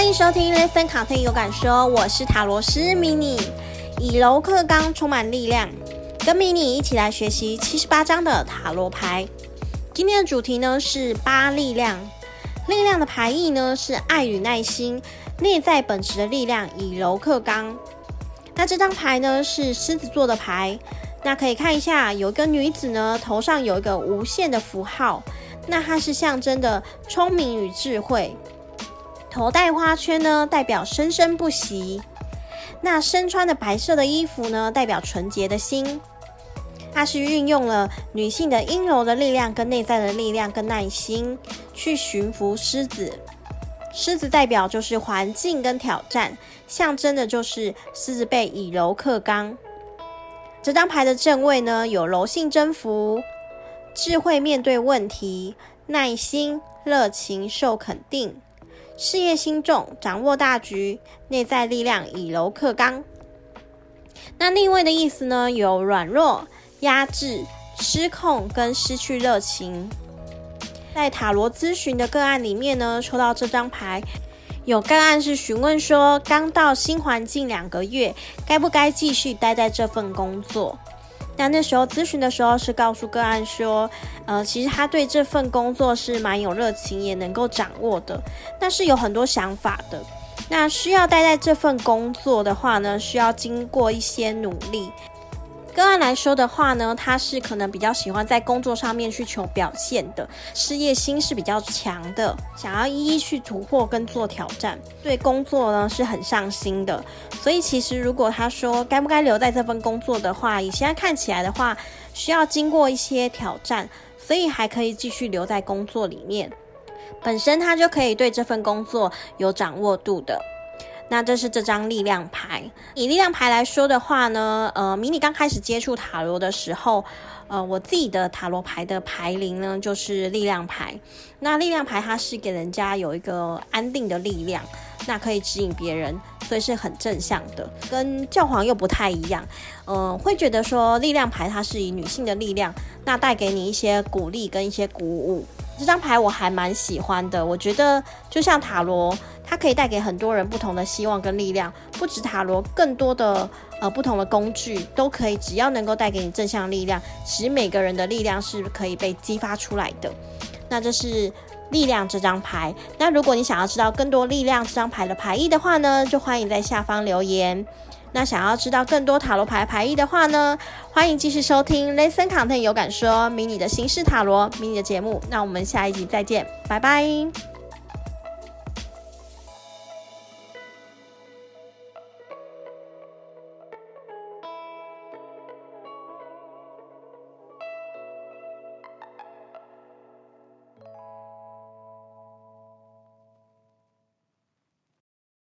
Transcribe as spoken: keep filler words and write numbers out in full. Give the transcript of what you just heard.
欢迎收听 Listen Content 有感说，我是塔罗师 mini， 以柔克刚，充满力量，跟 mini 一起来学习七十八张的塔罗牌。今天的主题呢是八力量，力量的牌意呢是爱与耐心，内在本质的力量，以柔克刚。那这张牌呢是狮子座的牌，那可以看一下，有一个女子呢头上有一个无限的符号，那它是象征的聪明与智慧。头戴花圈呢，代表生生不息。那身穿的白色的衣服呢，代表纯洁的心。它是运用了女性的阴柔的力量、跟内在的力量、跟耐心，去驯服狮子。狮子代表就是环境跟挑战，象征的就是狮子辈以柔克刚。这张牌的正位呢，有柔性征服、智慧面对问题、耐心、热情受肯定。事业心重，掌握大局，内在力量以柔克刚。那逆位的意思呢，有软弱、压制、失控跟失去热情。在塔罗咨询的个案里面呢，抽到这张牌，有个案是询问说，刚到新环境两个月，该不该继续待在这份工作？那那时候咨询的时候是告诉个案说，呃，其实他对这份工作是蛮有热情，也能够掌握的，但是有很多想法的。那需要待在这份工作的话呢，需要经过一些努力。个案来说的话呢，他是可能比较喜欢在工作上面去求表现的，事业心是比较强的，想要一一去突破跟做挑战，对工作呢是很上心的。所以其实如果他说该不该留在这份工作的话，以现在看起来的话，需要经过一些挑战，所以还可以继续留在工作里面，本身他就可以对这份工作有掌握度的。那这是这张力量牌。以力量牌来说的话呢，呃，迷你刚开始接触塔罗的时候，呃，我自己的塔罗牌的牌灵呢就是力量牌。那力量牌它是给人家有一个安定的力量，那可以指引别人，所以是很正向的，跟教皇又不太一样。呃，会觉得说力量牌它是以女性的力量，那带给你一些鼓励跟一些鼓舞。这张牌我还蛮喜欢的，我觉得就像塔罗，它可以带给很多人不同的希望跟力量，不止塔罗，更多的呃不同的工具都可以，只要能够带给你正向力量，其实每个人的力量是可以被激发出来的。那这是力量这张牌。那如果你想要知道更多力量这张牌的牌意的话呢，就欢迎在下方留言。那想要知道更多塔罗牌牌意的话呢，欢迎继续收听 Listen Content 有感说迷你的新式塔罗迷你的节目。那我们下一集再见，拜拜。